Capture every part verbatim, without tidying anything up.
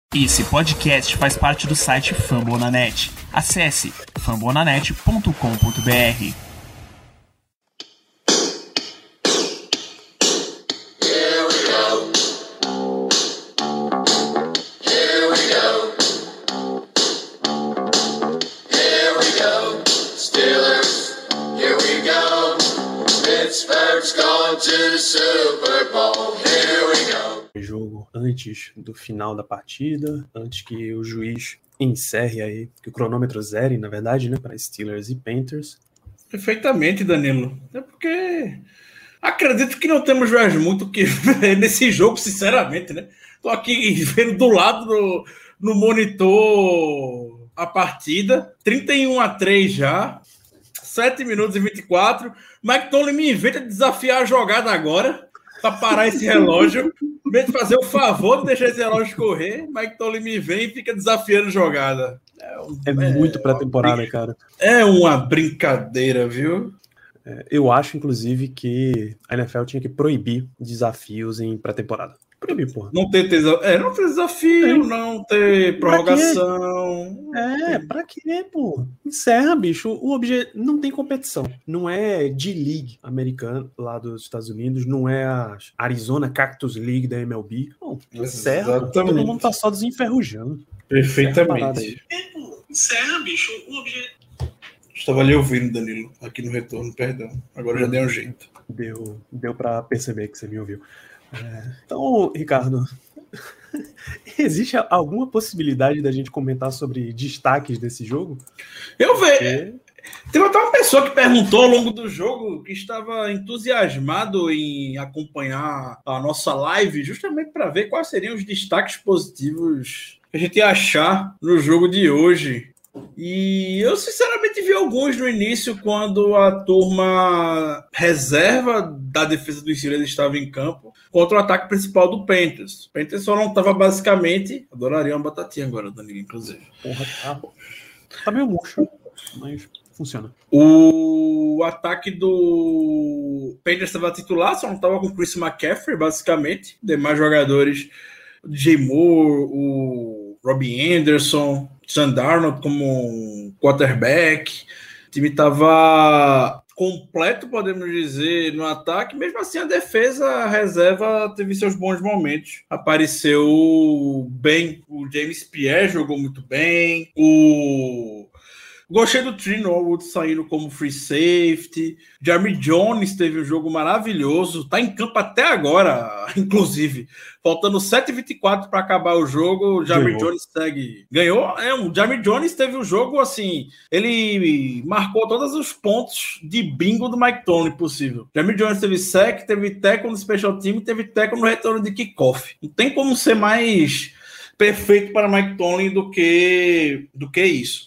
Esse podcast faz parte do site Fambonanet. Acesse fambonanet ponto com ponto b r. Jogo antes do final da partida, antes que o juiz encerre aí, que o cronômetro zere, na verdade, né, para Steelers e Panthers. Perfeitamente, Danilo. É porque acredito que não temos mais muito o que ver nesse jogo, sinceramente, né? Tô aqui vendo do lado no, no monitor a partida, trinta e um a três já, sete minutos e vinte e quatro. Mike Tomlin me inventa de desafiar a jogada agora para parar esse relógio. Em vez de fazer o favor de deixar esse relógio correr, Mike Tomlin me vem e fica desafiando a jogada. É, um, é muito é pré-temporada, cara. É uma brincadeira, viu? É, eu acho, inclusive, que a N F L tinha que proibir desafios em pré-temporada. Proibir, porra. Não ter, é, não ter desafio, é. não ter prorrogação. É, tem... pra quê, pô? Encerra, bicho. O objeto não tem competição. Não é D-League americana lá dos Estados Unidos, não é a Arizona Cactus League da M L B. Não, encerra. Exatamente. Todo mundo tá só desenferrujando. Perfeitamente. É, pô. Encerra, bicho. O objeto. Estava ali ouvindo, Danilo, aqui no retorno, perdão. Agora já deu um jeito. Deu, deu pra perceber que você me ouviu. É, então, Ricardo, existe alguma possibilidade da gente comentar sobre destaques desse jogo? Eu vejo. Tem até uma pessoa que perguntou ao longo do jogo que estava entusiasmado em acompanhar a nossa live justamente para ver quais seriam os destaques positivos que a gente ia achar no jogo de hoje. E eu sinceramente vi alguns no início quando a turma reserva da defesa do Steelers estava em campo contra o ataque principal do Panthers. O Panthers só não estava basicamente... Adoraria uma batatinha agora, Danilo, inclusive. Porra, tá, tá meio murcho, mas funciona. O ataque do Panthers estava titular, só não estava com o Chris McCaffrey, basicamente. Demais jogadores, o Jay Moore, o Robbie Anderson, Sam Darnold como quarterback. O time estava completo, podemos dizer, no ataque. Mesmo assim, a defesa, a reserva, teve seus bons momentos. Apareceu bem. O James Pierre jogou muito bem. O... Gostei do Trey Norwood saindo como free safety. Jeremy Jones teve um jogo maravilhoso. Tá em campo até agora, inclusive. Faltando sete e vinte e quatro para acabar o jogo. O Jeremy Jones segue. Ganhou. É, o Jeremy Jones teve um jogo assim. Ele marcou todos os pontos de bingo do Mike Tomlin possível. Jeremy Jones teve sec, teve tackle no special team, teve tackle no retorno de kickoff. Não tem como ser mais perfeito para Mike Tomlin do que, do que isso.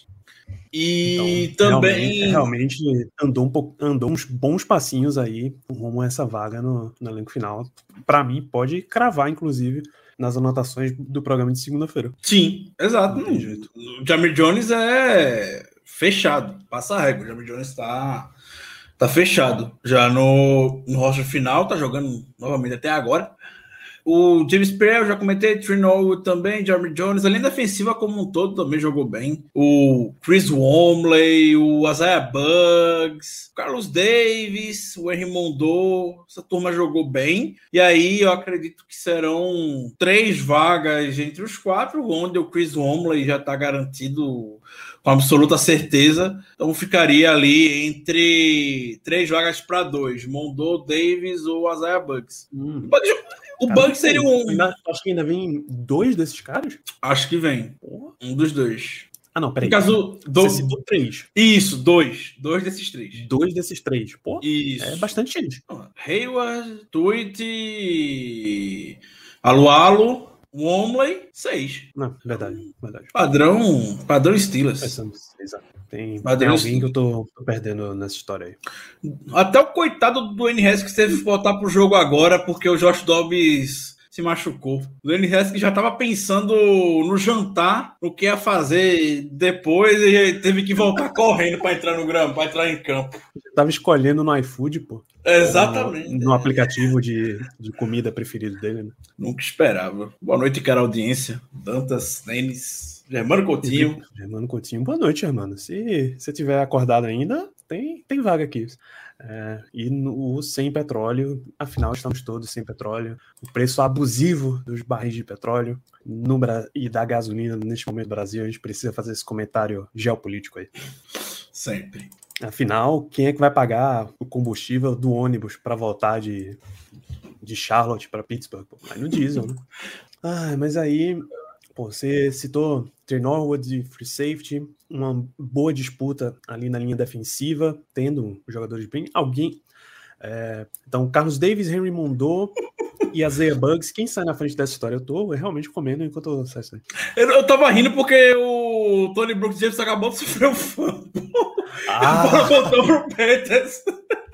E então, também realmente, realmente andou, um pouco, andou uns bons passinhos aí rumo a essa vaga no, no elenco final. Para mim, pode cravar, inclusive, nas anotações do programa de segunda-feira. Sim, exato. Não, o Jeremy Jones é fechado, passa a régua. O Jeremy Jones está tá fechado. Já no, no roster final, tá jogando novamente até agora. O James Pierre, eu já comentei, Trey Norwood também, Jeremy Jones, além da defensiva como um todo, também jogou bem. O Chris Wormley, o Isaiah Buggs, o Carlos Davis, o Henry Mondeau, essa turma jogou bem. E aí eu acredito que serão três vagas entre os quatro, onde o Chris Wormley já está garantido com absoluta certeza. Então ficaria ali entre três vagas para dois, Mondeau, Davis ou Isaiah Buggs. Hum. Pode jogar. O cara, Bug seria um... Ainda, acho que ainda vem dois desses caras? Acho que vem. Porra. Um dos dois. Ah, não, peraí. No caso, do... Você citou três. Isso, dois. Dois desses três. Dois desses três. Pô, isso. É bastante gente. Hayward, Tweet, Alualo, Wormley, seis. Não, verdade, verdade. Padrão, padrão Steelers. Exato. Tem, tem alguém que eu tô, tô perdendo nessa história aí. Até o coitado do Dwayne Haskins teve que voltar pro jogo agora, porque o Josh Dobbs se machucou. O Dwayne Haskins já estava pensando no jantar, no que ia fazer depois e teve que voltar correndo para entrar no grampo, para entrar em campo. Eu tava escolhendo no iFood, pô. Exatamente. No, no aplicativo de, de comida preferido dele, né? Nunca esperava. Boa noite, cara, audiência. Dantas, Denis, Germano Coutinho. Germano Coutinho, boa noite, Germano. Se você tiver acordado ainda, tem, tem vaga aqui. É, e no sem petróleo, afinal estamos todos sem petróleo. O preço abusivo dos barris de petróleo no, e da gasolina neste momento no Brasil, a gente precisa fazer esse comentário geopolítico aí. Sempre. Afinal, quem é que vai pagar o combustível do ônibus para voltar de, de Charlotte para Pittsburgh? Pô, vai no diesel, né? Ah, mas aí, pô, você citou Trey Norwood de free safety, uma boa disputa ali na linha defensiva, tendo jogadores bem... Alguém... É, então, Carlos Davis, Henry Mondeau e Isaiah Buggs, quem sai na frente dessa história? Eu tô realmente comendo enquanto eu saio isso aí. Eu, eu tava rindo porque o Tony Brooks James acabou de sofrer um fã. Ah. A bola voltou pro Panthers.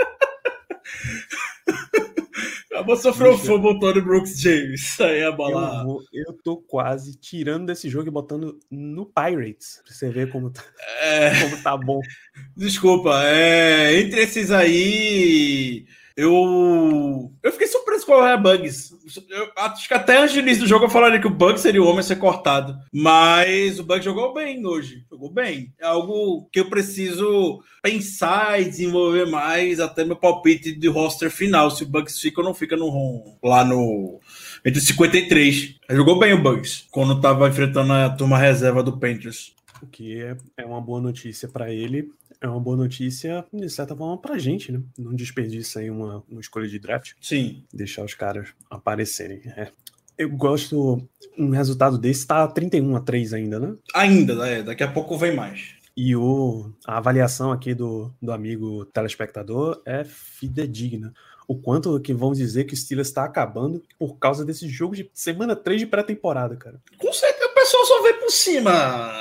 Acabou de sofrer um fã pro Tony Brooks James. Isso aí é a bola. Eu, vou, eu tô quase tirando desse jogo e botando no Pirates, pra você ver como tá, é... como tá bom. Desculpa, é... entre esses aí... Eu, eu fiquei surpreso com o Isaiah Buggs. Eu acho que até antes do início do jogo eu falaria que o Buggs seria o homem a ser cortado. Mas o Buggs jogou bem hoje. Jogou bem. É algo que eu preciso pensar e desenvolver mais até meu palpite de roster final. Se o Buggs fica ou não fica no lá no... entre cinquenta e três. Jogou bem o Buggs quando estava enfrentando a turma reserva do Panthers. O que é, é uma boa notícia para ele. É uma boa notícia, de certa forma, pra gente, né? Não desperdiça aí uma, uma escolha de draft. Sim. Deixar os caras aparecerem. É. Eu gosto... Um resultado desse tá trinta e um a três ainda, né? Ainda, é. Daqui a pouco vem mais. E o, a avaliação aqui do, do amigo telespectador é fidedigna. O quanto que vão dizer que o Steelers está acabando por causa desse jogo de semana três de pré-temporada, cara. Com certeza, o pessoal só vê por cima.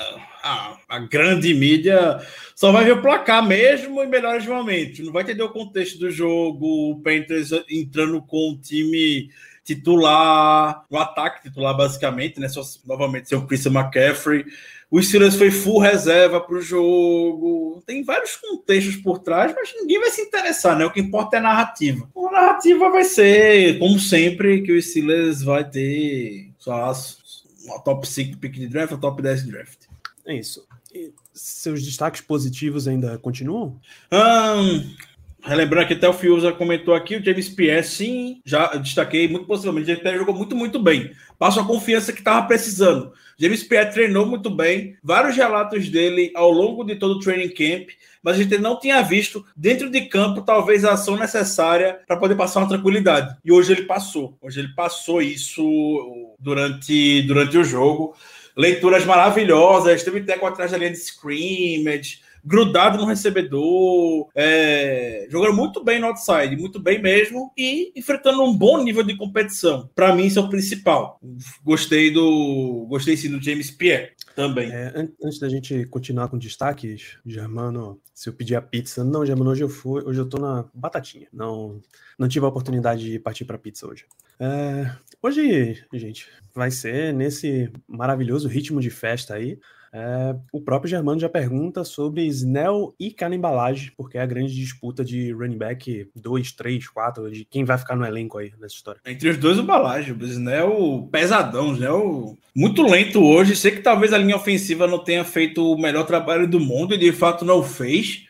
A, a grande mídia só vai ver o placar mesmo em melhores momentos. Não vai entender o contexto do jogo, o Panthers entrando com o time titular, o ataque titular basicamente, né? Só novamente ser o Christian McCaffrey. O Steelers foi full reserva para o jogo. Tem vários contextos por trás, mas ninguém vai se interessar, né? O que importa é a narrativa. A narrativa vai ser, como sempre, que o Steelers vai ter só uma top cinco pick de draft, uma top dez de draft. É isso. E seus destaques positivos ainda continuam? Hum, relembrando que até o Fiuza comentou aqui, o James Pierre, sim, já destaquei muito possivelmente. O James Pierre jogou muito, muito bem. Passou a confiança que estava precisando. James Pierre treinou muito bem, vários relatos dele ao longo de todo o training camp, mas a gente não tinha visto dentro de campo talvez a ação necessária para poder passar uma tranquilidade. E hoje ele passou. Hoje ele passou isso durante, durante o jogo. Leituras maravilhosas, teve teco atrás da linha de scrimmage, grudado no recebedor, é, jogando muito bem no outside, muito bem mesmo, e enfrentando um bom nível de competição. Para mim, isso é o principal. Gostei do, gostei sim do James Pierre também. É, antes da gente continuar com destaques, Germano, se eu pedir a pizza, não, Germano, hoje eu fui, hoje eu tô na batatinha, não, não tive a oportunidade de partir para pizza hoje. É, hoje, gente, vai ser nesse maravilhoso ritmo de festa aí. É, o próprio Germano já pergunta sobre Snell e Canembalage, porque é a grande disputa de running back dois, três, quatro, de quem vai ficar no elenco aí nessa história. Entre os dois, o Balage. O Snell pesadão, o Snell muito lento hoje. Sei que talvez a linha ofensiva não tenha feito o melhor trabalho do mundo, e de fato não fez,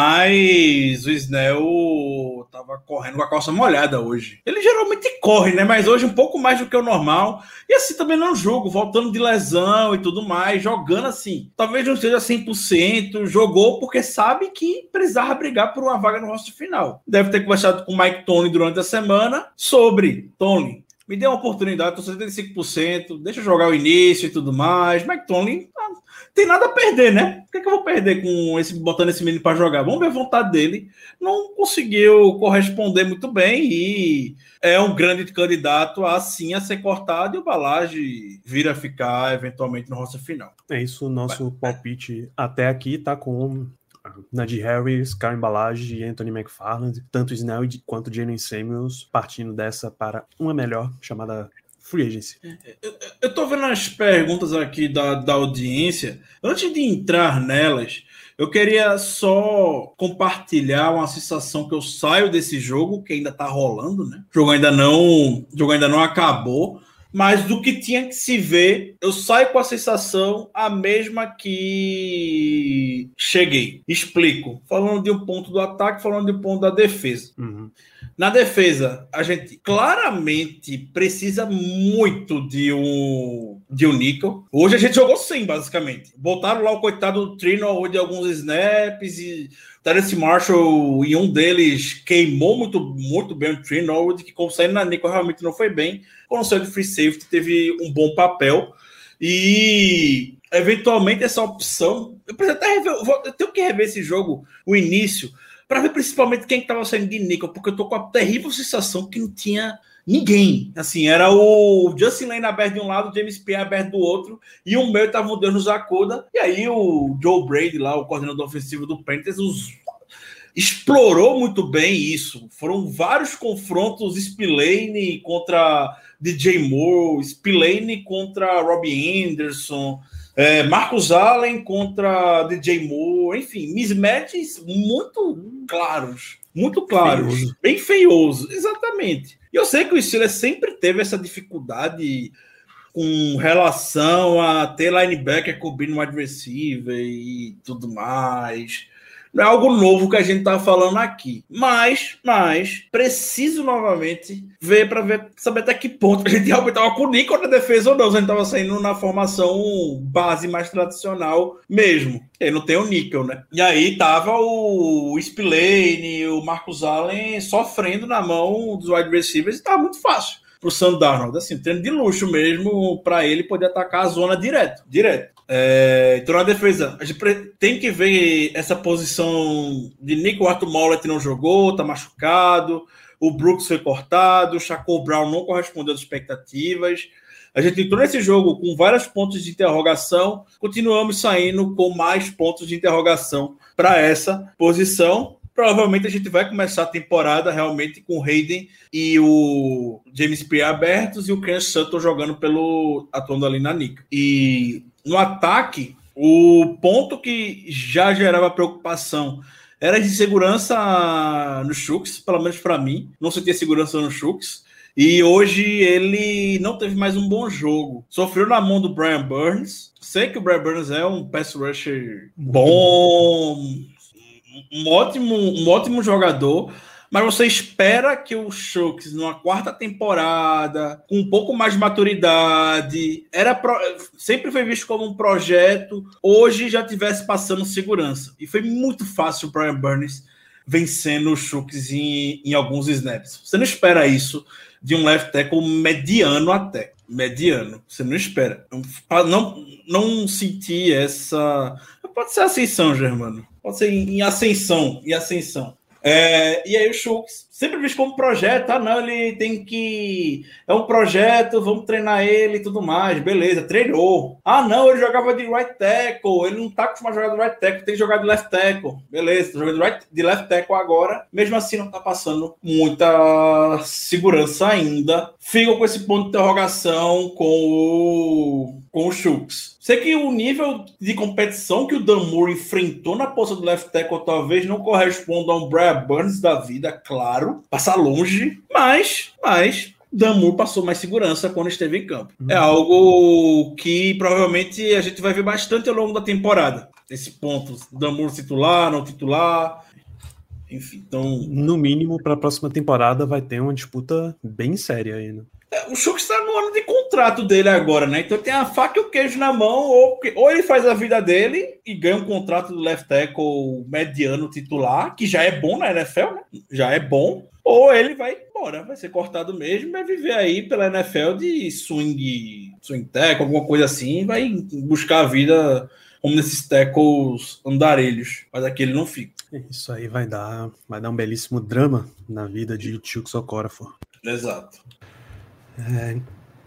mas o Snell tava correndo com a calça molhada hoje. Ele geralmente corre, né? Mas hoje um pouco mais do que o normal. E assim também não jogo, voltando de lesão e tudo mais, jogando assim. Talvez não seja cem por cento, jogou porque sabe que precisava brigar por uma vaga no roster final. Deve ter conversado com o Mike Tony durante a semana sobre Tony. Me dê uma oportunidade, estou setenta e cinco por cento, deixa eu jogar o início e tudo mais. Mike Tony ah, tem nada a perder, né? O que, é que eu vou perder com esse, botando esse menino para jogar? Vamos ver a vontade dele. Não conseguiu corresponder muito bem e é um grande candidato a sim a ser cortado, e o Balage vir a ficar eventualmente no roster final. É isso, o nosso Vai. palpite até aqui tá com Najee Harris, Karen Ballage e Anthony McFarland, tanto Snell quanto Jalen Samuels partindo dessa para uma melhor, chamada free agency. Eu, eu tô vendo as perguntas aqui da, da audiência. Antes de entrar nelas, eu queria só compartilhar uma sensação que eu saio desse jogo, que ainda tá rolando, né? O jogo ainda não, o jogo ainda não acabou, mas do que tinha que se ver, eu saio com a sensação a mesma que cheguei. Explico. Falando de um ponto do ataque, falando de um ponto da defesa. Uhum. Na defesa, a gente claramente precisa muito de um, de um níquel. Hoje a gente jogou sem, basicamente. Botaram lá o coitado do Trino de alguns snaps e Terence Marshall, e um deles queimou muito, muito bem o Trino, que como saindo na níquel realmente não foi bem. Quando saiu de free safety, teve um bom papel. E eventualmente essa opção... Eu preciso até rever, eu tenho que rever esse jogo, o início, para ver principalmente quem estava saindo de níquel, porque eu tô com a terrível sensação que não tinha ninguém. Assim, era o Justin Lane aberto de um lado, o James Pierre aberto do outro, e o meu estava o Deus nos acuda, e aí o Joe Brady lá, o coordenador ofensivo do Panthers, os... explorou muito bem isso. Foram vários confrontos, Spillane contra D J Moore, Spillane contra Robbie Anderson, É, Marcus Allen contra D J Moore, enfim, mismatches muito claros, muito claros, feioso. Bem feioso, exatamente. E eu sei que o Steelers sempre teve essa dificuldade com relação a ter linebacker cobrindo wide receiver e tudo mais. Não é algo novo que a gente tá falando aqui. Mas, mas, preciso novamente ver para ver, saber até que ponto a gente realmente estava com o níquel na defesa ou não. Se a gente estava saindo na formação base mais tradicional mesmo. E não tem o níquel, né? E aí tava o Spillane, o Marcus Allen sofrendo na mão dos wide receivers e tava muito fácil pro Sam Darnold. Assim, treino de luxo mesmo para ele poder atacar a zona direto. Direto. É, então na defesa, a gente tem que ver essa posição de Nick Arthur Mollett não jogou, tá machucado, o Brooks foi cortado, o Shaquille Brown não correspondeu às expectativas. A gente entrou nesse jogo com vários pontos de interrogação, continuamos saindo com mais pontos de interrogação para essa posição. Provavelmente a gente vai começar a temporada realmente com o Hayden e o James Pierre abertos e o Ken Sutton jogando pelo atuando ali na Nica. E no ataque, o ponto que já gerava preocupação era de segurança no Chuks, pelo menos para mim. Não sentia segurança no Chuks. E hoje ele não teve mais um bom jogo. Sofreu na mão do Brian Burns. Sei que o Brian Burns é um pass rusher bom, um ótimo, um ótimo jogador. Mas você espera que o Chuks, numa quarta temporada, com um pouco mais de maturidade, era pro... sempre foi visto como um projeto, hoje já tivesse passando segurança. E foi muito fácil o Brian Burns vencendo o Chuks em, em alguns snaps. Você não espera isso de um left tackle mediano até. Mediano. Você não espera. Não, não sentir essa... Pode ser ascensão, Germano. Pode ser em ascensão. Em ascensão. É, e aí o Chuks, sempre visto como projeto, ah não, ele tem que... É um projeto, vamos treinar ele e tudo mais, beleza, treinou. Ah não, ele jogava de right tackle, ele não tá acostumado a jogar de right tackle, tem que jogar de left tackle. Beleza, tá jogando de, right, de left tackle agora, mesmo assim não tá passando muita segurança ainda. Fico com esse ponto de interrogação com o, com o Chuks. Sei que o nível de competição que o Dan Moore enfrentou na posição do left tackle talvez não corresponda a um Brian Burns da vida, claro, passar longe, mas, mas Dan Moore passou mais segurança quando esteve em campo. Uhum. É algo que provavelmente a gente vai ver bastante ao longo da temporada. Esse ponto, Dan Moore titular, não titular, enfim, então... No mínimo, para a próxima temporada vai ter uma disputa bem séria ainda. O Chuks está no ano de contrato dele agora, né? Então tem a faca e o queijo na mão, ou, ou ele faz a vida dele e ganha um contrato do left tackle mediano titular, que já é bom na N F L, né? Já é bom. Ou ele vai embora, vai ser cortado mesmo, vai viver aí pela N F L de swing, swing tackle, alguma coisa assim, vai buscar a vida como nesses tackles andarilhos. Mas aqui ele não fica. Isso aí vai dar, vai dar um belíssimo drama na vida de Chuks Okorafor. Exato. É,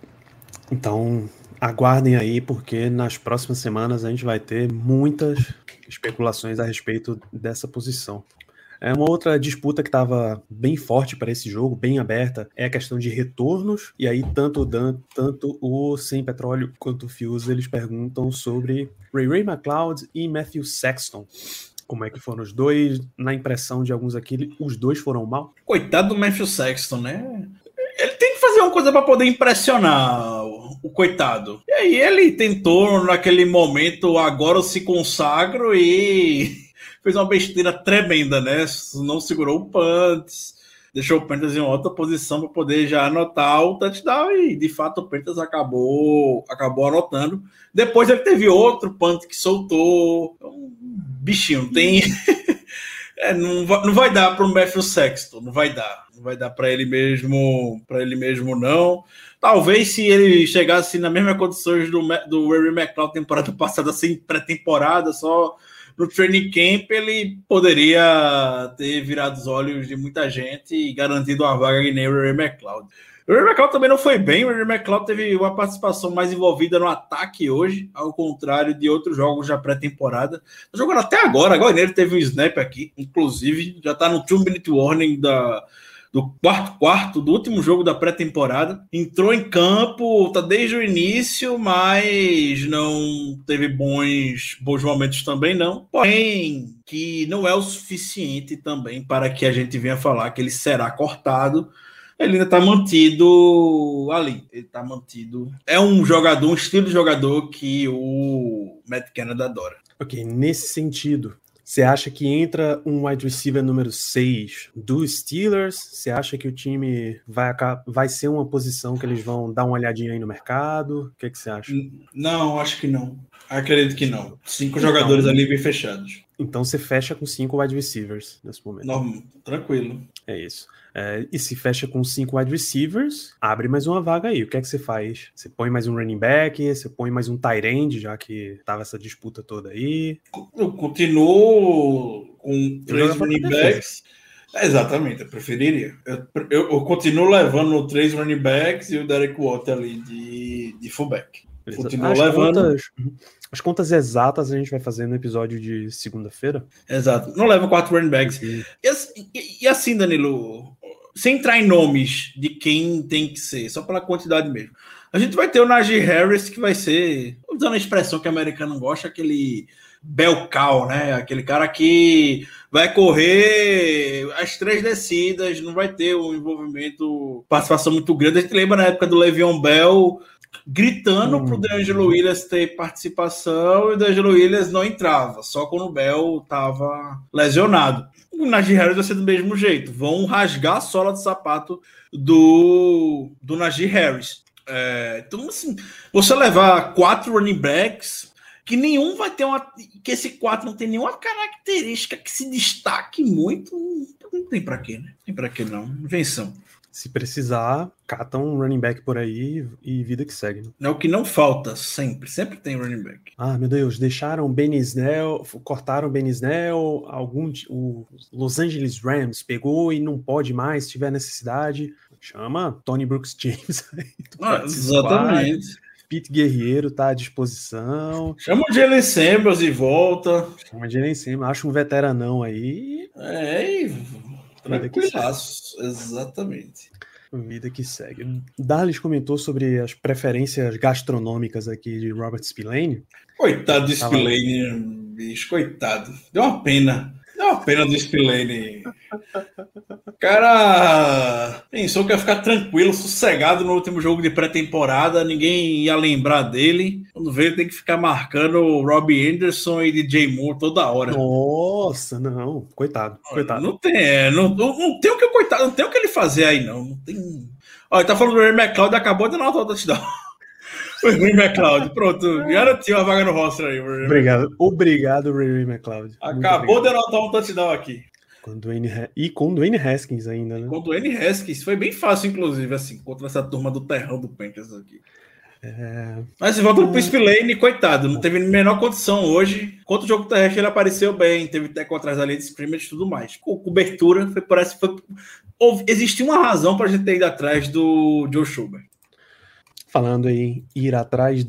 então, aguardem aí, porque nas próximas semanas a gente vai ter muitas especulações a respeito dessa posição. É uma outra disputa que estava bem forte para esse jogo, bem aberta, é a questão de retornos. E aí, tanto o Dan, tanto o Sem Petróleo quanto o Fuse, eles perguntam sobre Ray Ray McCloud e Matthew Sexton. Como é que foram os dois? Na impressão de alguns aqui, os dois foram mal? Coitado do Matthew Sexton, né? Ele tem que fazer uma coisa para poder impressionar o, o coitado. E aí ele tentou, naquele momento, agora eu se consagro e fez uma besteira tremenda, né? Não segurou o punt, deixou o Panthers em outra posição para poder já anotar o touchdown e, de fato, o Panthers acabou, acabou anotando. Depois ele teve outro punt que soltou. Um bichinho, tem... É, não, vai, não vai dar para o Matthew Sexton, não vai dar. Não vai dar para ele mesmo, para ele mesmo não. Talvez se ele chegasse nas mesmas condições do, do Ray Ray McCloud temporada passada, sem pré-temporada, só no training camp, ele poderia ter virado os olhos de muita gente e garantido uma vaga que nem o Ray Ray McCloud. O Ray Ray McCloud também não foi bem. O Ray Ray McCloud teve uma participação mais envolvida no ataque hoje, ao contrário de outros jogos da pré-temporada. Tá jogando até agora. Agora ele teve um snap aqui, inclusive, já tá no two-minute warning da, do quarto quarto do último jogo da pré-temporada. Entrou em campo, tá desde o início, mas não teve bons, bons momentos também, não. Porém, que não é o suficiente também para que a gente venha falar que ele será cortado. Ele ainda está mantido ali. Ele está mantido. É um jogador, um estilo de jogador que o Matt Canada adora. Ok, nesse sentido, você acha que entra um wide receiver número seis do Steelers? Você acha que o time vai, vai ser uma posição que eles vão dar uma olhadinha aí no mercado? O que, que você acha? Não, acho que não. Acredito que não. Cinco então, jogadores ali bem fechados. Então você fecha com cinco wide receivers nesse momento. Não, tranquilo. É isso. É, e se fecha com cinco wide receivers, abre mais uma vaga aí. O que é que você faz? Você põe mais um running back, você põe mais um tight end, já que tava essa disputa toda aí. Eu continuo com três running backs. É, exatamente, eu preferiria. Eu, eu, eu continuo levando três running backs e o Derek Watt ali de, de fullback. Continuo as levando. Contas, as contas exatas a gente vai fazer no episódio de segunda-feira. Exato. Não leva quatro running backs. E, e, e assim, Danilo, sem entrar em nomes de quem tem que ser, só pela quantidade mesmo. A gente vai ter o Najee Harris, que vai ser, usando a expressão que o americano gosta, aquele bell cow, né? Aquele cara que vai correr as três descidas, não vai ter um envolvimento, participação muito grande. A gente lembra na época do Le'Veon Bell gritando hum. pro DeAngelo Williams ter participação e o DeAngelo Williams não entrava, só quando o Bell estava lesionado. O Najee Harris vai ser do mesmo jeito, vão rasgar a sola de sapato do, do Najee Harris. É, então, assim, você levar quatro running backs, que nenhum vai ter uma. Que esse quatro não tem nenhuma característica que se destaque muito, não tem pra quê, né? Não tem pra quê, não. Invenção. Se precisar, cata um running back por aí e vida que segue. Né? É o que não falta, sempre. Sempre tem running back. Ah, meu Deus, deixaram o Ben Snell, cortaram o Ben Snell, algum, o Los Angeles Rams pegou e não pode mais, se tiver necessidade. Chama Tony Brooks James aí. Ah, exatamente. Pete Guerreiro tá à disposição. Chama o Jalen Samuels e volta. Chama o Jalen Samuels, acha um veteranão aí. É, e... tranquilaço, exatamente. Vida que segue. Darlis comentou sobre as preferências gastronômicas aqui de Robert Spillane. Coitado do Spillane, bicho, coitado. Deu uma pena. Deu uma pena do Spillane. O cara pensou que ia ficar tranquilo, sossegado no último jogo de pré-temporada, ninguém ia lembrar dele. Quando veio, tem que ficar marcando o Robbie Anderson e D J Moore toda hora. Nossa, não, coitado, coitado. Não tem, é, não, não, não tem o que coitado, não tem o que ele fazer aí, não. Não tem. Olha, ele tá falando do Ray McCloud, acabou de anotar o touchdown. Foi o Ray McCloud, pronto, garantiu a vaga no roster aí. Obrigado, obrigado, Ray McCloud. Acabou de anotar um touchdown aqui. Com Dwayne, e com Dwayne Haskins ainda, né? Com Dwayne Haskins, foi bem fácil, inclusive, assim, contra essa turma do terrão do Panthers aqui. É... Mas se volta pro Spillane, coitado, não teve a menor condição hoje. Contra o jogo terrestre, ele apareceu bem, teve teco atrás da linha de scrimmage e tudo mais. Com cobertura, foi, parece foi. Existiu uma razão para a gente ter ido atrás do Joe Schubert. Falando em ir atrás de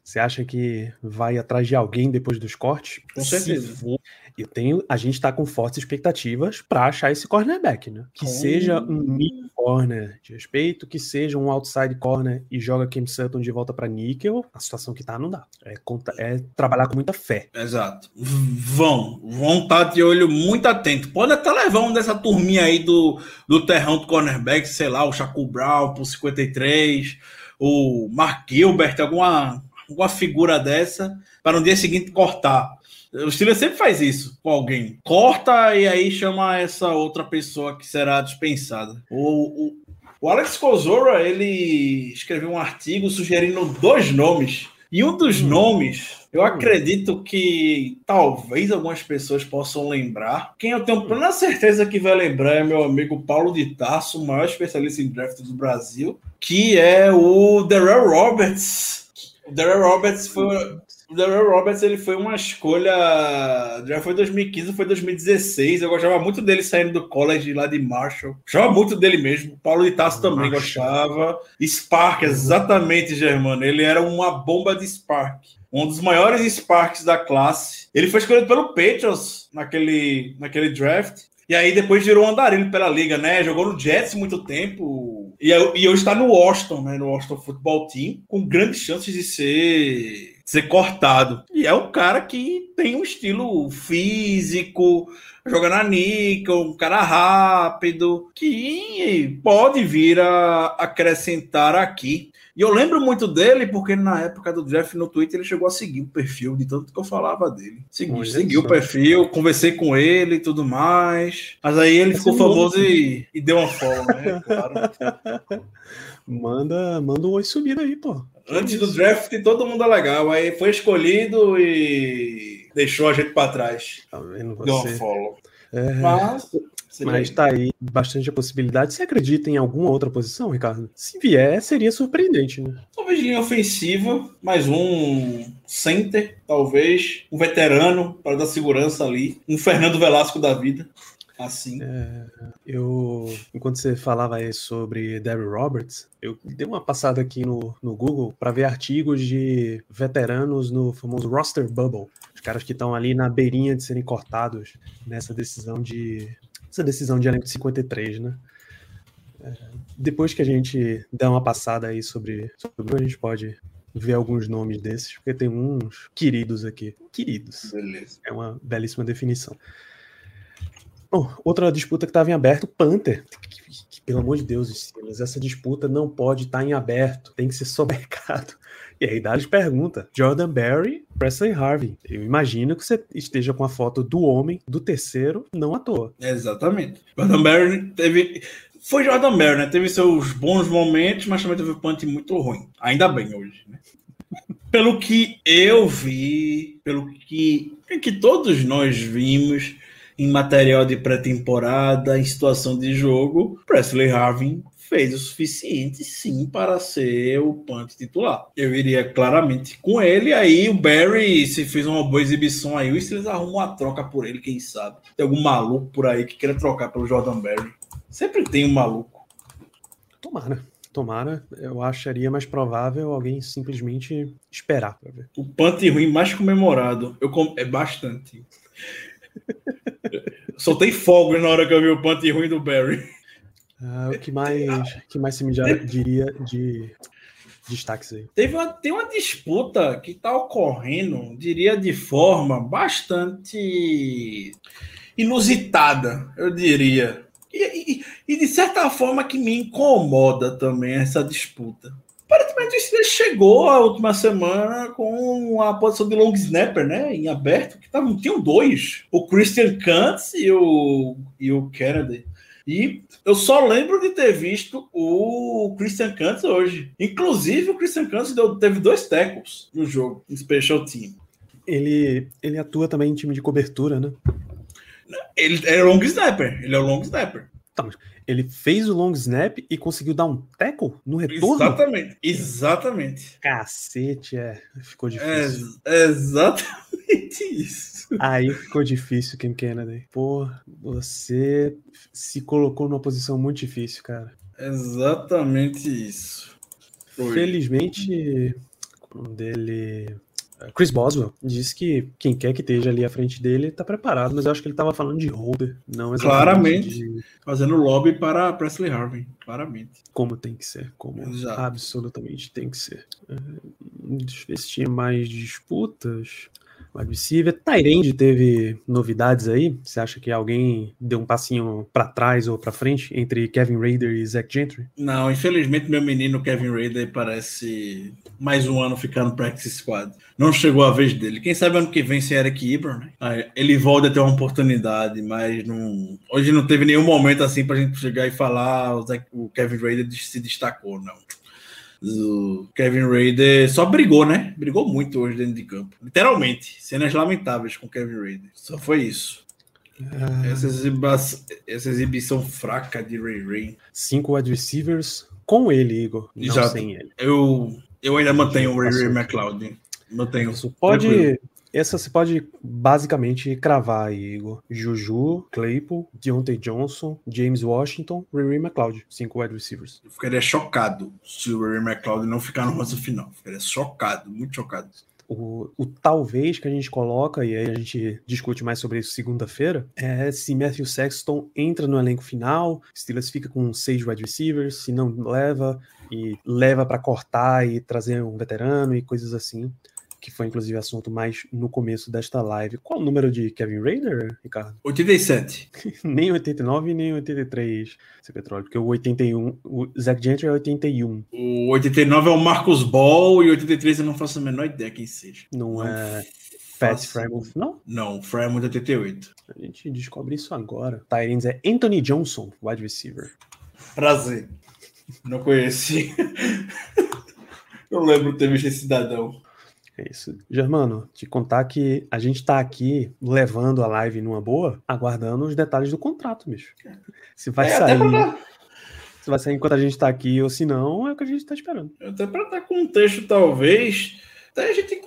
Você acha que vai atrás de alguém depois dos cortes? Com certeza. Se for, eu tenho, a gente tá com fortes expectativas para achar esse cornerback, né? Que Hum. seja um mid corner de respeito, que seja um outside corner e joga Cam Sutton de volta para níquel. A situação que tá não dá. É, conta, é trabalhar com muita fé. Exato. Vão. Vão estar de olho muito atento. Pode até levar um dessa turminha aí do, do terrão do cornerback, sei lá, o Shaquille Brown por cinquenta e três, o Mark Gilbert, alguma, alguma figura dessa, para no dia seguinte cortar. O Steelers sempre faz isso com alguém. Corta e aí chama essa outra pessoa que será dispensada. O, o, o Alex Kozora, ele escreveu um artigo sugerindo dois nomes. E um dos hum. nomes, eu hum. acredito que talvez algumas pessoas possam lembrar. Quem eu tenho plena certeza que vai lembrar é meu amigo Paulo de Tarso, o maior especialista em draft do Brasil, que é o Darrell Roberts. O Darrell Roberts foi... O Darrell Roberts, ele foi uma escolha, já foi dois mil e quinze, foi dois mil e dezesseis, eu gostava muito dele saindo do college lá de Marshall, gostava muito dele mesmo, o Paulo de Tarso também gostava, Spark, exatamente, Germano, ele era uma bomba de Spark, um dos maiores Sparks da classe, ele foi escolhido pelo Patriots naquele, naquele draft, e aí depois virou um andarilho pela liga, né, jogou no Jets muito tempo, e, e hoje está no Washington, né, no Washington Football Team, com grandes chances de ser... ser cortado. E é um cara que tem um estilo físico, joga na níquel, um cara rápido, que pode vir a acrescentar aqui. E eu lembro muito dele porque na época do draft no Twitter ele chegou a seguir o perfil de tanto que eu falava dele. Segui, seguiu o perfil, conversei com ele e tudo mais. Mas aí ele ficou famoso e, e deu uma follow, né? Claro. Manda, manda um oi subido aí, pô. Antes do draft, todo mundo é legal. Aí foi escolhido e deixou a gente pra trás. Tá vendo você? Deu uma follow. É... Mas, Mas tá aí bastante a possibilidade. Você acredita em alguma outra posição, Ricardo? Se vier, seria surpreendente, né? Talvez em ofensiva, mais um center, talvez. Um veterano para dar segurança ali. Um Fernando Velasco da vida. Assim. É, eu, enquanto você falava aí sobre Darrell Roberts, eu dei uma passada aqui no, no Google para ver artigos de veteranos no famoso roster bubble, os caras que estão ali na beirinha de serem cortados nessa decisão de essa decisão de elenco de cinquenta e três, né? É, depois que a gente der uma passada aí sobre, sobre a gente pode ver alguns nomes desses, porque tem uns queridos aqui, queridos. Beleza. É uma belíssima definição. Bom, outra disputa que estava em aberto, Panther. Que, que, que, pelo amor de Deus, Steelers, essa disputa não pode estar em aberto, tem que ser só mercado. E aí Dales pergunta, Jordan Berry, Presley Harvin. Eu imagino que você esteja com a foto do homem, do terceiro, não à toa. Exatamente. Jordan Berry teve... Foi Jordan Berry, né? Teve seus bons momentos, mas também teve um punch muito ruim. Ainda bem hoje, né? Pelo que eu vi, pelo que, que todos nós vimos... em material de pré-temporada, em situação de jogo, Presley Harvin fez o suficiente, sim, para ser o punt titular. Eu iria claramente com ele, aí o Barry, se fez uma boa exibição aí, o Steelers arrumam uma troca por ele, quem sabe. Tem algum maluco por aí que queira trocar pelo Jordan Berry. Sempre tem um maluco. Tomara. Tomara, eu acharia mais provável alguém simplesmente esperar pra ver. O punt ruim mais comemorado. Eu com... É bastante. Soltei fogo na hora que eu vi o punt ruim do Barry. Ah, o que mais, que mais se me já diria de destaques aí? Teve uma, tem uma disputa que está ocorrendo, diria de forma bastante inusitada, eu diria. E, e, e de certa forma que me incomoda também essa disputa. Aparentemente o Steelers chegou a última semana com a posição de long snapper, né, em aberto, que tavam, tinham dois, o Christian Kuntz e o, e o Kennedy. E eu só lembro de ter visto o Christian Kuntz hoje. Inclusive o Christian Kuntz deu, teve dois tackles no jogo, em special team. Ele, ele atua também em time de cobertura, né? Ele é long snapper, ele é o long snapper. Tá, mas ele fez o long snap e conseguiu dar um tackle no retorno? Exatamente, exatamente. Cacete, é. Ficou difícil. É, exatamente isso. Aí ficou difícil, Cam Kennedy. Pô, você se colocou numa posição muito difícil, cara. Exatamente isso. Foi. Felizmente, dele... Chris Boswell disse que quem quer que esteja ali à frente dele está preparado, mas eu acho que ele estava falando de holder, não exatamente claramente de... fazendo lobby para Presley Harvin, claramente. Como tem que ser, como Exato. absolutamente tem que ser. É, deixa eu ver se tinha mais disputas. Wide receiver. Tyrande teve novidades aí? Você acha que alguém deu um passinho para trás ou para frente entre Kevin Rader e Zach Gentry? Não, infelizmente meu menino Kevin Rader parece mais um ano ficando no practice squad. Não chegou a vez dele. Quem sabe ano que vem se Eric Ebron, né? Ele volta a ter uma oportunidade, mas não... hoje não teve nenhum momento assim pra gente chegar e falar o, Zach... o Kevin Rader se destacou, não. O Kevin Rader só brigou, né? Brigou muito hoje dentro de campo. Literalmente. Cenas lamentáveis com o Kevin Rader. Só foi isso. Ah. Essa, exiba... Essa exibição fraca de Ray Ray. Cinco wide receivers com ele, Igor. Não Exato. Sem ele. Eu, eu ainda mantenho o Ray Ray McLeod. Mantenho. Isso pode... Tranquilo. Essa você pode basicamente cravar aí, Igor. Juju, Claypool, Deontay Johnson, James Washington, Ray Ray McLeod. Cinco wide receivers. Eu ficaria chocado se o Ray Ray McLeod não ficar no roster final. Eu ficaria chocado, muito chocado. O, o talvez que a gente coloca, e aí a gente discute mais sobre isso segunda-feira, é se Matthew Sexton entra no elenco final, Steelers fica com seis wide receivers, se não leva, e leva para cortar e trazer um veterano e coisas assim. Que foi inclusive assunto mais no começo desta live. Qual o número de Kevin Rader, Ricardo? oitenta e sete. Nem oitenta e nove, nem oitenta e três, esse petróleo, porque o oitenta e um, o Zach Gentry é oitenta e um. O oitenta e nove é o Marcus Ball e oitenta e três eu não faço a menor ideia quem seja. Não, não é Pat Frymouth, não? Não, Frymouth é oitenta e oito. A gente descobre isso agora. Tyrants é Anthony Johnson, wide receiver. Prazer. Não conheci. Eu lembro de ter visto esse cidadão. É isso. Germano, te contar que a gente tá aqui levando a live numa boa, aguardando os detalhes do contrato, bicho. Se vai é, sair... Pra... Se vai sair enquanto a gente tá aqui ou se não, é o que a gente tá esperando. Até pra dar contexto, talvez... Até a gente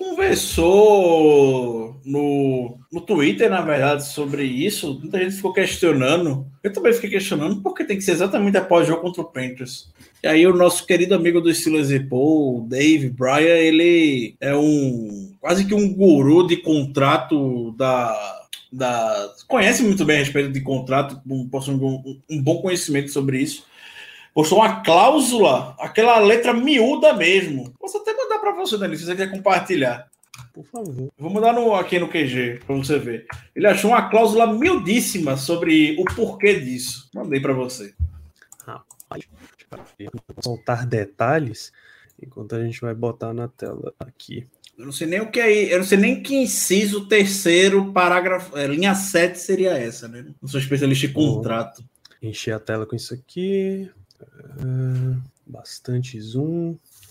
conversou no, no Twitter, na verdade, sobre isso. Muita gente ficou questionando. Eu também fiquei questionando porque tem que ser exatamente após o jogo contra o Panthers. E aí o nosso querido amigo do Steelers e Paul, Dave Bryan, ele é um quase que um guru de contrato da... da conhece muito bem a respeito de contrato, possui um, um bom conhecimento sobre isso. Postou uma cláusula, aquela letra miúda mesmo. Posso até mandar para você, Dani, se você quer compartilhar. Por favor. Vou mandar no, aqui no Q G, para você ver. Ele achou uma cláusula miudíssima sobre o porquê disso. Mandei para você. Rapaz, vou soltar detalhes enquanto a gente vai botar na tela aqui. Eu não sei nem o que é, eu não sei nem que inciso terceiro, parágrafo, é, linha sete seria essa, né? Não sou especialista em contrato. Vou encher a tela com isso aqui. Uh, bastante zoom.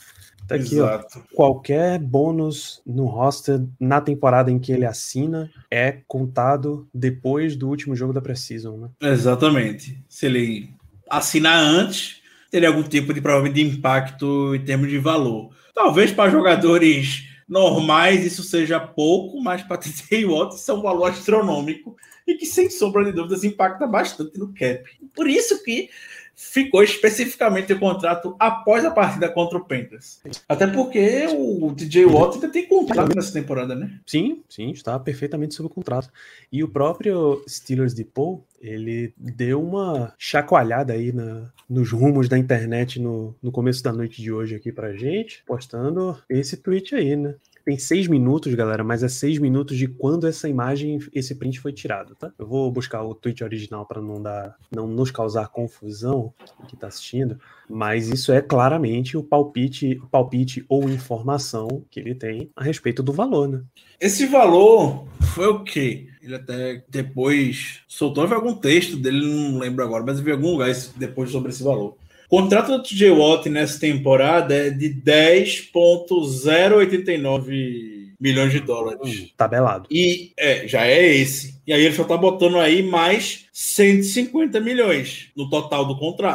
Tá aqui, ó. Qualquer bônus no roster na temporada em que ele assina é contado depois do último jogo da Precision, né? Exatamente. Se ele assinar antes, teria algum tipo de provavelmente de impacto em termos de valor. Talvez para jogadores normais isso seja pouco, mas para T J Watt isso é um valor astronômico e que, sem sombra de dúvidas, impacta bastante no cap. Por isso que ficou especificamente o contrato após a partida contra o Panthers. Até porque o T J Watt ainda tem contrato nessa temporada, né? Sim, sim, está perfeitamente sob o contrato. E o próprio Steelers de Paul, ele deu uma chacoalhada aí na, nos rumos da internet no, no começo da noite de hoje aqui pra gente, postando esse tweet aí, né? Tem seis minutos, galera, mas é seis minutos de quando essa imagem, esse print foi tirado, tá? Eu vou buscar o tweet original para não dar, não nos causar confusão que tá assistindo, mas isso é claramente o palpite, o palpite ou informação que ele tem a respeito do valor, né? Esse valor foi o quê? Ele até depois soltou algum texto dele, não lembro agora, mas eu vi em algum lugar depois sobre esse valor. O contrato do T J Watt nessa temporada é de dez vírgula zero oitenta e nove milhões de dólares. Hum, tabelado. E é, já é esse. E aí ele só tá botando aí mais cento e cinquenta milhões no total do contrato.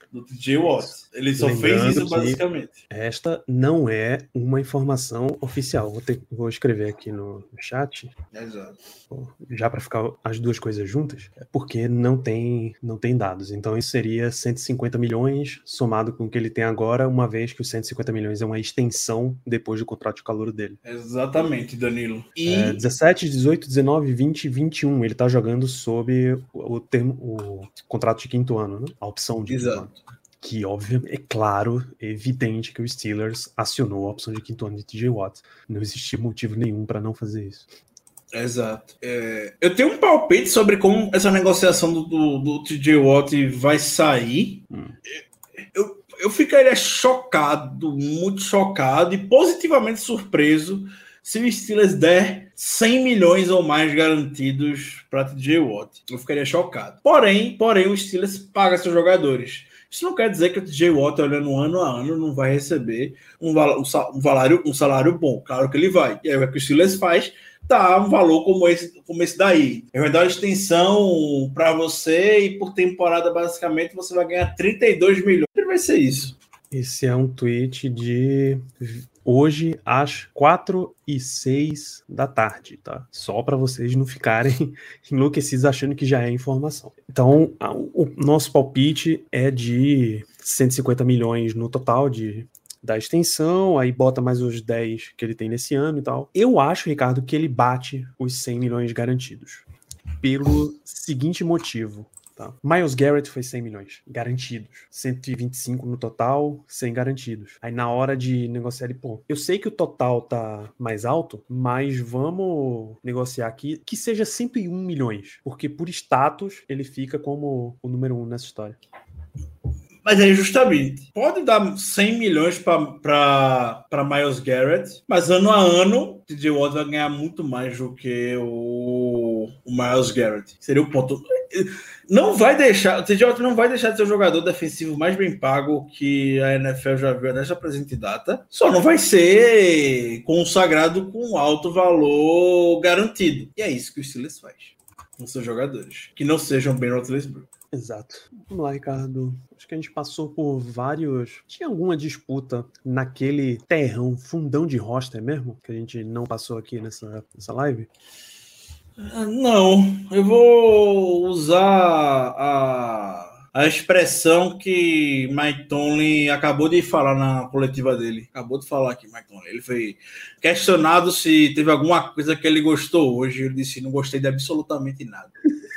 do T J Watt. Ele só Lembrando fez isso que basicamente. Esta não é uma informação oficial. Vou, ter, vou escrever aqui no chat. Exato. Já para ficar as duas coisas juntas, porque não tem, não tem dados. Então isso seria cento e cinquenta milhões somado com o que ele tem agora, uma vez que os cento e cinquenta milhões é uma extensão depois do contrato de calouro dele. Exatamente, Danilo. E É, dezessete, dezoito, dezenove, vinte, vinte e um. Ele tá jogando sob o, o, termo, o contrato de quinto ano, né? A opção de Exato. quinto ano. Que, óbvio, é claro, é evidente que o Steelers acionou a opção de quinto ano de T J Watt. Não existia motivo nenhum para não fazer isso. Exato. É, eu tenho um palpite sobre como essa negociação do, do, do T J Watt vai sair. Hum. Eu, eu ficaria chocado, muito chocado e positivamente surpreso se o Steelers der cem milhões ou mais garantidos para T J Watt. Eu ficaria chocado. Porém, porém, o Steelers paga seus jogadores. Isso não quer dizer que o T J Watt, olhando ano a ano, não vai receber um, um, salário, um salário bom. Claro que ele vai. E aí o que o Steelers faz, dá um valor como esse, como esse daí. Ele vai dar uma extensão para você e por temporada, basicamente, você vai ganhar trinta e dois milhões. O que vai ser isso? Esse é um tweet de hoje às quatro e seis da tarde, tá? Só para vocês não ficarem enlouquecidos achando que já é informação. Então, o nosso palpite é de cento e cinquenta milhões no total de, da extensão, aí bota mais os dez que ele tem nesse ano e tal. Eu acho, Ricardo, que ele bate os cem milhões garantidos. Pelo seguinte motivo. Tá. Myles Garrett foi cem milhões garantidos, cento e vinte e cinco no total, cem garantidos. Aí na hora de negociar ele, pô, eu sei que o total tá mais alto, mas vamos negociar aqui que seja cento e um milhões, porque por status ele fica como o número um nessa história. Mas aí, justamente, pode dar cem milhões para Myles Garrett, mas ano a ano, o T J Watt vai ganhar muito mais do que o, o Myles Garrett. Seria o ponto. Não vai deixar, o T J Watt não vai deixar de ser o jogador defensivo mais bem pago que a N F L já viu nessa presente data. Só não vai ser consagrado com alto valor garantido. E é isso que o Steelers faz com seus jogadores. Que não sejam Ben Roethlisberger. Exato. Vamos lá, Ricardo. Acho que a gente passou por vários... Tinha alguma disputa naquele terrão, fundão de roster mesmo? Que a gente não passou aqui nessa, nessa live? Não. Eu vou usar a, a expressão que Mike Tomlin acabou de falar na coletiva dele. Acabou de falar aqui, Mike Tomlin. Ele foi questionado se teve alguma coisa que ele gostou hoje. Ele disse, não gostei de absolutamente nada.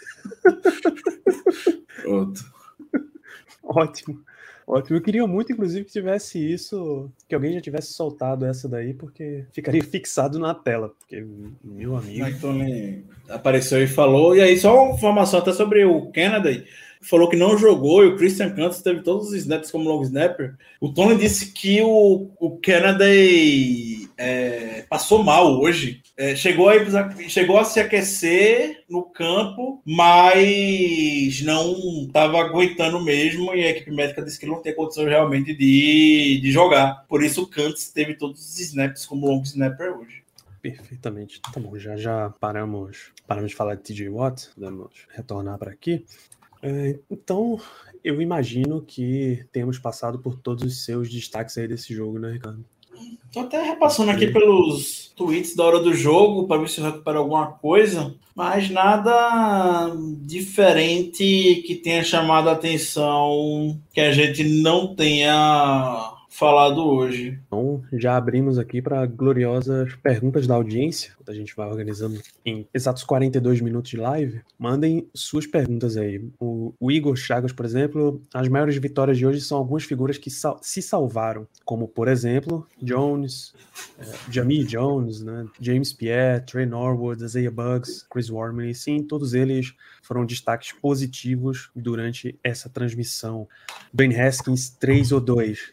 Pronto. Ótimo, ótimo. Eu queria muito, inclusive, que tivesse isso, que alguém já tivesse soltado essa daí, porque ficaria fixado na tela. Porque, meu amigo. Mike Tomlin apareceu e falou. E aí, só uma informação até sobre o Kennedy. Falou que não jogou e o Christian Cantos teve todos os snaps como long snapper. O Tony disse que o, o Kennedy é, passou mal hoje. É, chegou, a, chegou a se aquecer no campo, mas não estava aguentando mesmo. E a equipe médica disse que não tem condição realmente de, de jogar. Por isso o Cantos teve todos os snaps como long snapper hoje. Perfeitamente. Tá bom, já, já paramos, paramos de falar de T J Watt. Vamos retornar para aqui. Então, eu imagino que temos passado por todos os seus destaques aí desse jogo, né, Ricardo? Tô até repassando aqui pelos tweets da hora do jogo para ver se eu recupero alguma coisa, mas nada diferente que tenha chamado a atenção que a gente não tenha falado hoje. Então, já abrimos aqui para gloriosas perguntas da audiência, que a gente vai organizando em exatos quarenta e dois minutos de live. Mandem suas perguntas aí. O, o Igor Chagas, por exemplo, as maiores vitórias de hoje são algumas figuras que sal- se salvaram, como, por exemplo, Jones, é, Jamie Jones, né, James Pierre, Trey Norwood, Isaiah Buggs, Chris Wormley. Sim, todos eles foram destaques positivos durante essa transmissão. Ben Haskins, três ou dois. Se é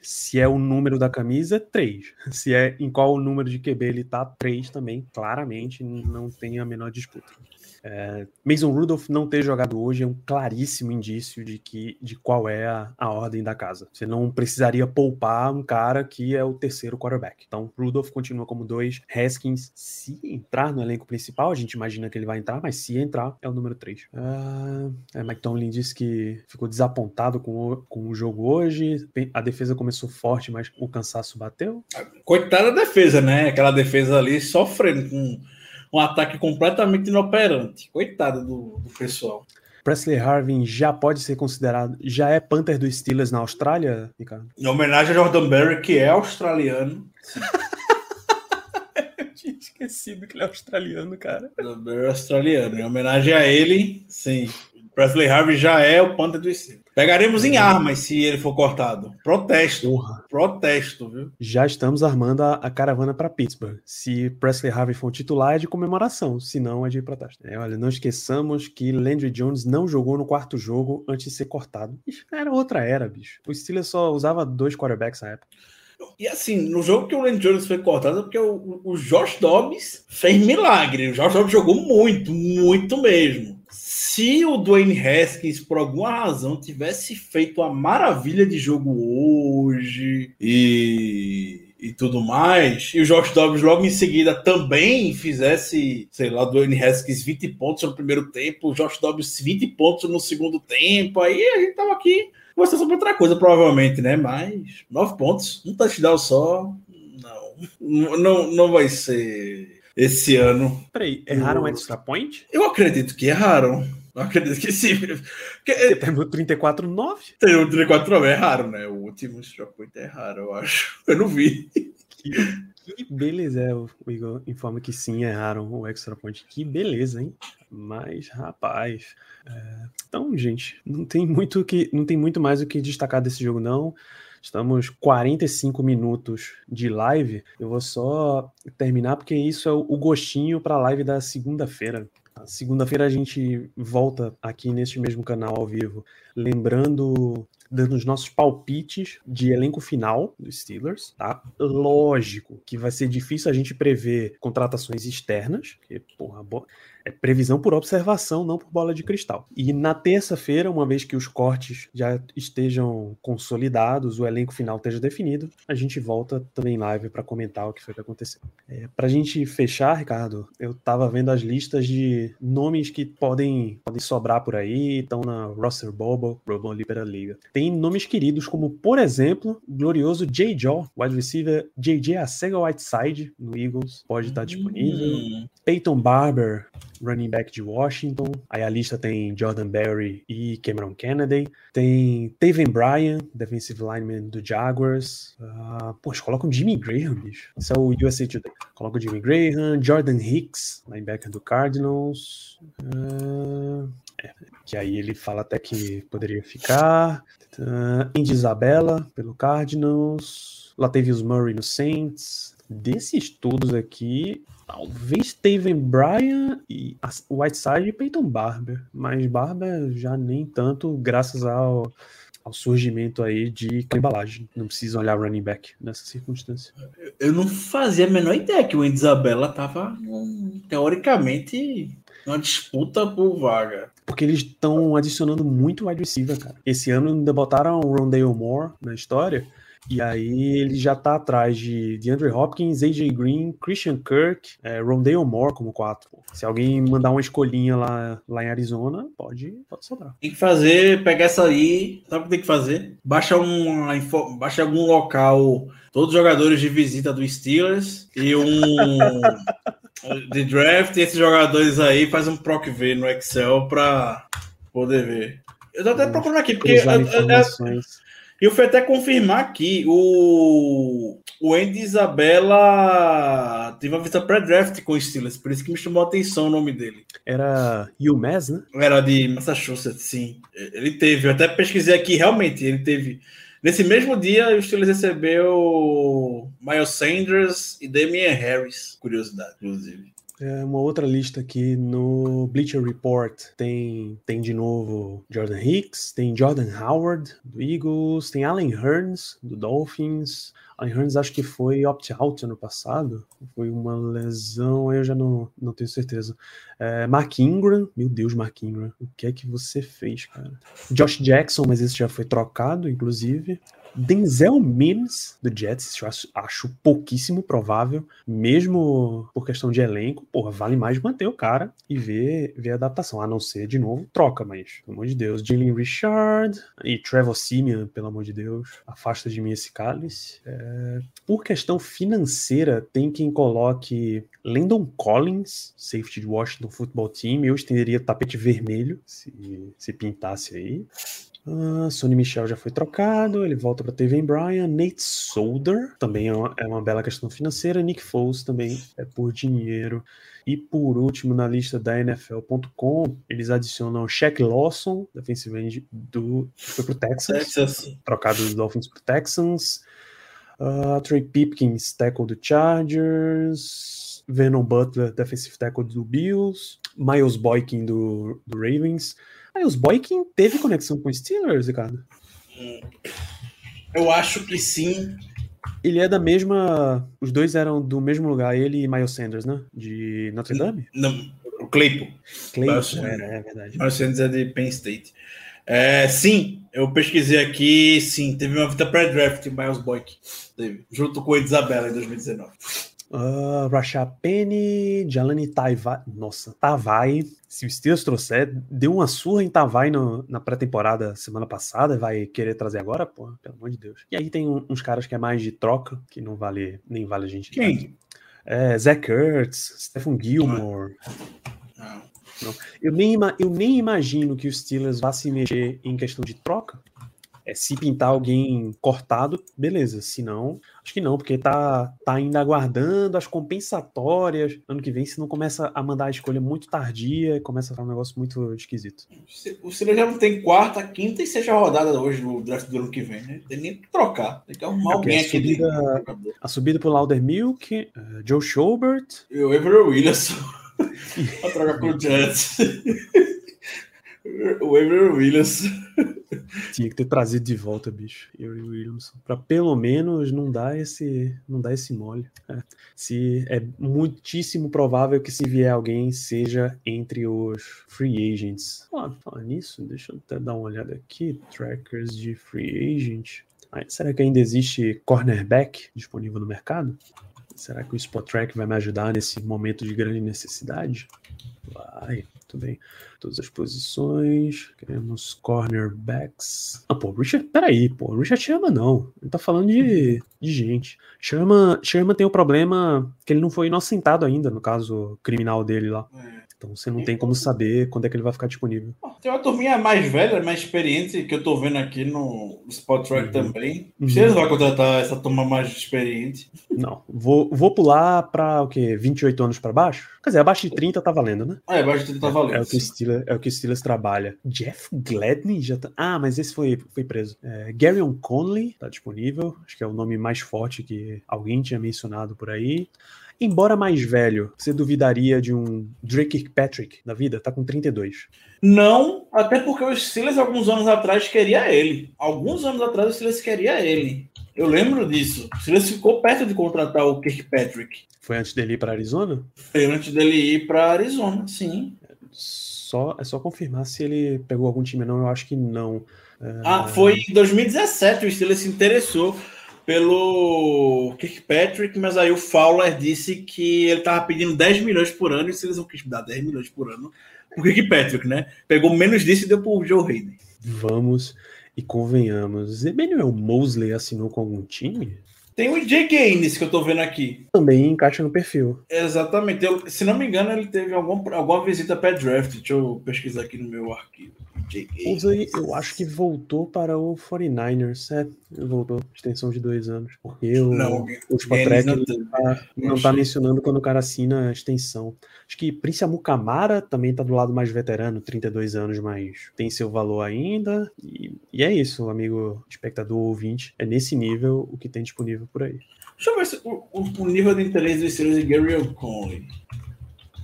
o número da camisa, três. Se é em qual número de Q B ele tá, três também, claramente, não tem a menor disputa. É, Mason Rudolph não ter jogado hoje é um claríssimo indício de, que, de qual é a, a ordem da casa. Você não precisaria poupar um cara que é o terceiro quarterback. Então, Rudolph continua como dois. Haskins, se entrar no elenco principal, a gente imagina que ele vai entrar, mas se entrar, é o número três. Uh, é, Mike Tomlin disse que ficou desapontado com o, com o jogo hoje. A defesa começou forte, mas o cansaço bateu. Coitada da defesa, né? Aquela defesa ali sofrendo com um ataque completamente inoperante. Coitado do, do pessoal. Presley Harvin já pode ser considerado, já é Panther dos Steelers na Austrália, Ricardo? Em homenagem a Jordan Berry, que é australiano. Eu tinha esquecido que ele é australiano, cara. Jordan Berry é australiano. Em homenagem a ele, sim. Presley Harvin já é o Panther dos Steelers. Pegaremos em armas se ele for cortado. Protesto. Porra. Protesto, viu? Já estamos armando a, a caravana para Pittsburgh. Se Presley Harvin for titular, é de comemoração. Se não, é de protesto. É, olha, não esqueçamos que Landry Jones não jogou no quarto jogo antes de ser cortado. Ixi, era outra era, bicho. O Steelers só usava dois quarterbacks na época. E assim, no jogo que o Landry Jones foi cortado, é porque o, o Josh Dobbs fez milagre. O Josh Dobbs jogou muito, muito mesmo. Se o Dwayne Haskins, por alguma razão, tivesse feito a maravilha de jogo hoje e, e tudo mais, e o Josh Dobbs logo em seguida também fizesse, sei lá, o Dwayne Haskins vinte pontos no primeiro tempo, o Josh Dobbs vinte pontos no segundo tempo, aí a gente tava aqui conversando sobre outra coisa, provavelmente, né? Mas nove pontos, um touchdown só, não, não, não vai ser... Esse ano. Peraí, erraram o extra point? Eu acredito que erraram. Eu acredito que sim. Porque temos trinta e quatro a nove? Tem o trinta e quatro a nove, erraram, né? O último extra point erraram, eu acho. Eu não vi. Que, que beleza. É, o Igor informa que sim, erraram o extra point. Que beleza, hein? Mas, rapaz. É... Então, gente, não tem muito que, não tem muito mais o que destacar desse jogo, não. Estamos quarenta e cinco minutos de live. Eu vou só terminar porque isso é o gostinho para a live da segunda-feira. Segunda-feira a gente volta aqui neste mesmo canal ao vivo, lembrando, dando os nossos palpites de elenco final dos Steelers, tá? Lógico que vai ser difícil a gente prever contratações externas, porque, porra, é previsão por observação, não por bola de cristal. E na terça-feira, uma vez que os cortes já estejam consolidados, o elenco final esteja definido, a gente volta também em live para comentar o que foi que aconteceu. É, pra gente fechar, Ricardo, eu tava vendo as listas de nomes que podem, podem sobrar por aí, estão na roster bubble, Global Liberal Liga. Tem nomes queridos como, por exemplo, o glorioso Jay Jaw, wide receiver J J Arcega-Whiteside no Eagles, pode estar disponível. Hum. Peyton Barber, running back de Washington. Aí a lista tem Jordan Berry e Cameron Kennedy. Tem Taven Bryan, defensive lineman do Jaguars. Uh, poxa, coloca o Jimmy Graham, bicho. Esse é o U S A Today. Coloca o Jimmy Graham, Jordan Hicks, linebacker do Cardinals. Uh, é, que aí ele fala até que poderia ficar. Uh, Indy Isabella, pelo Cardinals. Latavius Murray no Saints. Desses todos aqui, talvez Taven Bryan e Whiteside e Peyton Barber, mas Barber já nem tanto, graças ao, ao surgimento aí de embalagem. Não precisa olhar running back nessa circunstância. Eu não fazia a menor ideia que o Indy Isabella estava, teoricamente, uma disputa por vaga. Porque eles estão adicionando muito wide receiver, cara. Esse ano ainda botaram o Rondale Moore na história. E aí ele já tá atrás de DeAndre Hopkins, A J Green, Christian Kirk, é, Rondale Moore como quatro. Se alguém mandar uma escolhinha lá, lá em Arizona, pode, pode sobrar. Tem que fazer, pegar essa aí, sabe o que tem que fazer? Baixa, um, baixa algum local, todos os jogadores de visita do Steelers e um de draft, e esses jogadores aí faz um Proc V no Excel pra poder ver. Eu tô até Vamos procurando aqui, porque... Eu, eu, E eu fui até confirmar aqui, o, o Andy Isabella teve uma visita pré-draft com o Steelers, por isso que me chamou a atenção o nome dele. Era UMass, né? Era de Massachusetts, sim. Ele teve, eu até pesquisei aqui, realmente, ele teve. Nesse mesmo dia, o Steelers recebeu Miles Sanders e Damian Harris, curiosidade, inclusive. É uma outra lista aqui no Bleacher Report. Tem, tem de novo Jordan Hicks, tem Jordan Howard, do Eagles, tem Allen Hurns, do Dolphins. Allen Hurns acho que foi opt-out ano passado. Foi uma lesão, aí eu já não, não tenho certeza. É, Mark Ingram, meu Deus, Mark Ingram, o que é que você fez, cara? Josh Jackson, mas esse já foi trocado, inclusive. Denzel Mims, do Jets, eu acho, acho pouquíssimo provável, mesmo por questão de elenco. Porra, vale mais manter o cara e ver, ver a adaptação, a não ser, de novo, troca, mas, pelo amor de Deus. Jalen Richard e Trevor Siemian, pelo amor de Deus, afasta de mim esse cálice. É, por questão financeira, tem quem coloque Landon Collins, safety de Washington Football Team. Eu estenderia tapete vermelho, se, se pintasse aí. Uh, Sonny Michel já foi trocado, ele volta para Taven Bryan. Nate Solder também é uma, é uma bela questão financeira. Nick Foles também é por dinheiro. E por último, na lista da N F L ponto com, eles adicionam Shaq Lawson, defensive end do foi pro Texans, Texas. Trocado dos Dolphins pro Texans. Uh, Trey Pipkins, tackle do Chargers. Vernon Butler, defensive tackle do Bills. Miles Boykin do, do Ravens. Aí os Boykin teve conexão com os Steelers, Ricardo? Eu acho que sim. Ele é da mesma... Os dois eram do mesmo lugar, ele e Miles Sanders, né? De Notre Dame? Não, o Claypool. Claypool, era, é verdade. Miles Sanders é de Penn State. É, sim, eu pesquisei aqui, sim, teve uma vida pré-draft de Miles Boykin. Teve, junto com a Isabela em dois mil e dezenove. Uh, Rashad Penny, Jalani Tavai. Nossa, Tavai. Se o Steelers trouxer, deu uma surra em Tavai no, na pré-temporada semana passada, vai querer trazer agora? Pô, pelo amor de Deus. E aí tem um, uns caras que é mais de troca, que não vale, nem vale a gente. Quem? É, Zach Ertz, Stephen Gilmore. Não. Não. Eu, nem, eu nem imagino que o Steelers vá se mexer em questão de troca. É, se pintar alguém cortado, beleza. Se não, acho que não, porque tá, tá ainda aguardando as compensatórias. Ano que vem, se não começa a mandar a escolha muito tardia, começa a ficar um negócio muito esquisito. O Steelers já não tem quarta, quinta e sexta rodada hoje no draft do ano que vem, né? Tem nem que trocar. Tem que arrumar é alguém a aqui. Subida, de... A subida pro Laudermilk, uh, Joe Schobert. E o Avery Williams. Pra trocar com o Jets. O Avery Williams. Tinha que ter trazido de volta, bicho. Avery Williams. Pra pelo menos não dar esse, não dar esse mole. É. Se, é muitíssimo provável que se vier alguém seja entre os free agents. Ah, falar nisso, deixa eu até dar uma olhada aqui. Trackers de free agent. Ah, será que ainda existe cornerback disponível no mercado? Será que o Spot Track vai me ajudar nesse momento de grande necessidade? Vai, tudo bem. Todas as posições. Queremos cornerbacks. Ah, pô, Richard, peraí, pô. Richard Sherman não. Ele tá falando de, de gente. Sherman, Sherman tem o problema que ele não foi inocentado ainda, no caso criminal dele lá. É. Então você não tem como saber quando é que ele vai ficar disponível. Tem uma turminha mais velha, mais experiente, que eu tô vendo aqui no Spot Track uhum. também. Uhum. Vocês vão contratar essa turma mais experiente? Não. Vou, vou pular pra o quê? vinte e oito anos pra baixo? Quer dizer, abaixo de trinta tá valendo, né? É, abaixo de trinta tá valendo. É, é, o, que o Steelers, é o que o Steelers trabalha. Jeff Gladney já tá... Ah, mas esse foi, foi preso. É, Garyon Conley tá disponível. Acho que é o nome mais forte que alguém tinha mencionado por aí. Embora mais velho, você duvidaria de um Drake Kirkpatrick da vida? Tá com trinta e dois. Não, até porque o Steelers alguns anos atrás queria ele. Alguns anos atrás o Steelers queria ele. Eu lembro disso. O Steelers ficou perto de contratar o Kirkpatrick. Foi antes dele ir para Arizona? Foi antes dele ir para Arizona, sim. Só, é só confirmar se ele pegou algum time ou não. Eu acho que não. Ah, foi em dois mil e dezessete o Steelers se interessou pelo Kirkpatrick, mas aí o Fowler disse que ele tava pedindo dez milhões por ano e se eles não quis dar dez milhões por ano o Kirkpatrick, né? Pegou menos disso e deu pro Joe Hayden. Vamos e convenhamos. Emmanuel Mosley assinou com algum time? Tem o Jay Gaines que eu tô vendo aqui. Também encaixa no perfil. Exatamente. Eu, se não me engano, ele teve algum, alguma visita pré-draft. Deixa eu pesquisar aqui no meu arquivo. Mosley, eu acho que voltou para o quarenta e nine ers. É, ele voltou. Extensão de dois anos. Porque o, não, o Spotrack não, tá, não tá mencionando quando o cara assina a extensão. Acho que Prince Amukamara também tá do lado mais veterano, trinta e dois anos, mas tem seu valor ainda. E, e é isso, amigo espectador ouvinte. É nesse nível o que tem disponível por aí. Deixa eu ver se, o, o nível de interesse dos Steelers de Garyon Conley.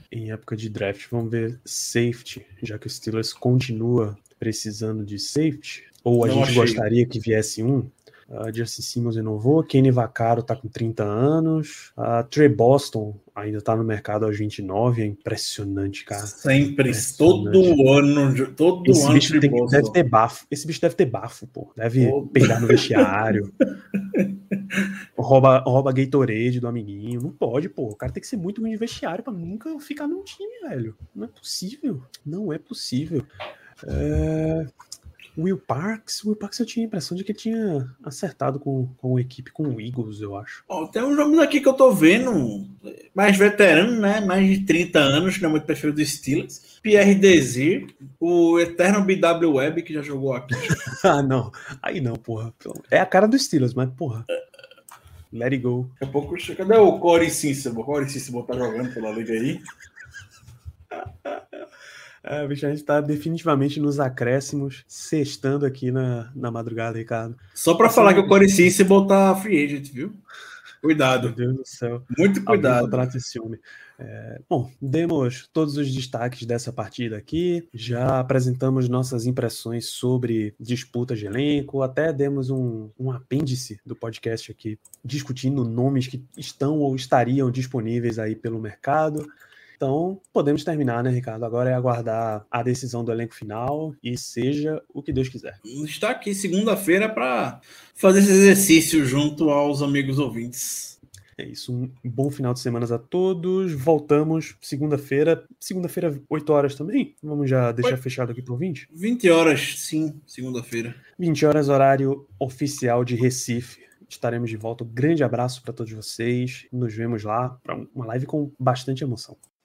em época de draft. Vamos ver safety, já que o Steelers continua precisando de safety, ou a Não gente achei. gostaria que viesse um. Uh, Justin Simmons renovou, Kenny Vaccaro tá com trinta anos, uh, Trey Boston ainda tá no mercado aos vinte e nove, é impressionante, cara. Sempre, Impressionante. todo ano, todo Esse ano bicho Trey tem- Boston. deve ter bafo, esse bicho deve ter bafo, pô, deve Pô. peidar no vestiário, rouba, rouba Gatorade do amiguinho, não pode, pô, o cara tem que ser muito ruim de vestiário pra nunca ficar num time, velho, não é possível, não é possível. É... Will Parks, Will Parks eu tinha a impressão de que ele tinha acertado com, com a equipe, com o Eagles, eu acho. Ó, tem uns nomes aqui que eu tô vendo, mais veterano, né? Mais de trinta anos, que não é muito perfil do Steelers. Pierre Desir, o eterno B W Webb, que já jogou aqui. Ah, não, aí não, porra. É a cara dos Steelers, mas porra. Let it go. Daqui a pouco, cadê o Corey Sincebo? O Corey Sincebo tá jogando pela liga aí. É, bicho, a gente tá definitivamente nos acréscimos, sextando aqui na, na madrugada, Ricardo. Só pra falar que o Corey Sincebo tá free agent, viu? Meu Cuidado, Deus do céu. muito Alguém cuidado. contrata esse homem. É, bom, demos todos os destaques dessa partida aqui, já apresentamos nossas impressões sobre disputas de elenco, até demos um, um apêndice do podcast aqui, discutindo nomes que estão ou estariam disponíveis aí pelo mercado. Então, podemos terminar, né, Ricardo? Agora é aguardar a decisão do elenco final e seja o que Deus quiser. Está aqui segunda-feira para fazer esse exercício junto aos amigos ouvintes. É isso, um bom final de semana a todos. Voltamos segunda-feira. Segunda-feira, oito horas também? Vamos já deixar Oi. fechado aqui pro vinte? vinte horas, sim, segunda-feira. vinte horas, horário oficial de Recife. Estaremos de volta. Um grande abraço para todos vocês. Nos vemos lá para uma live com bastante emoção.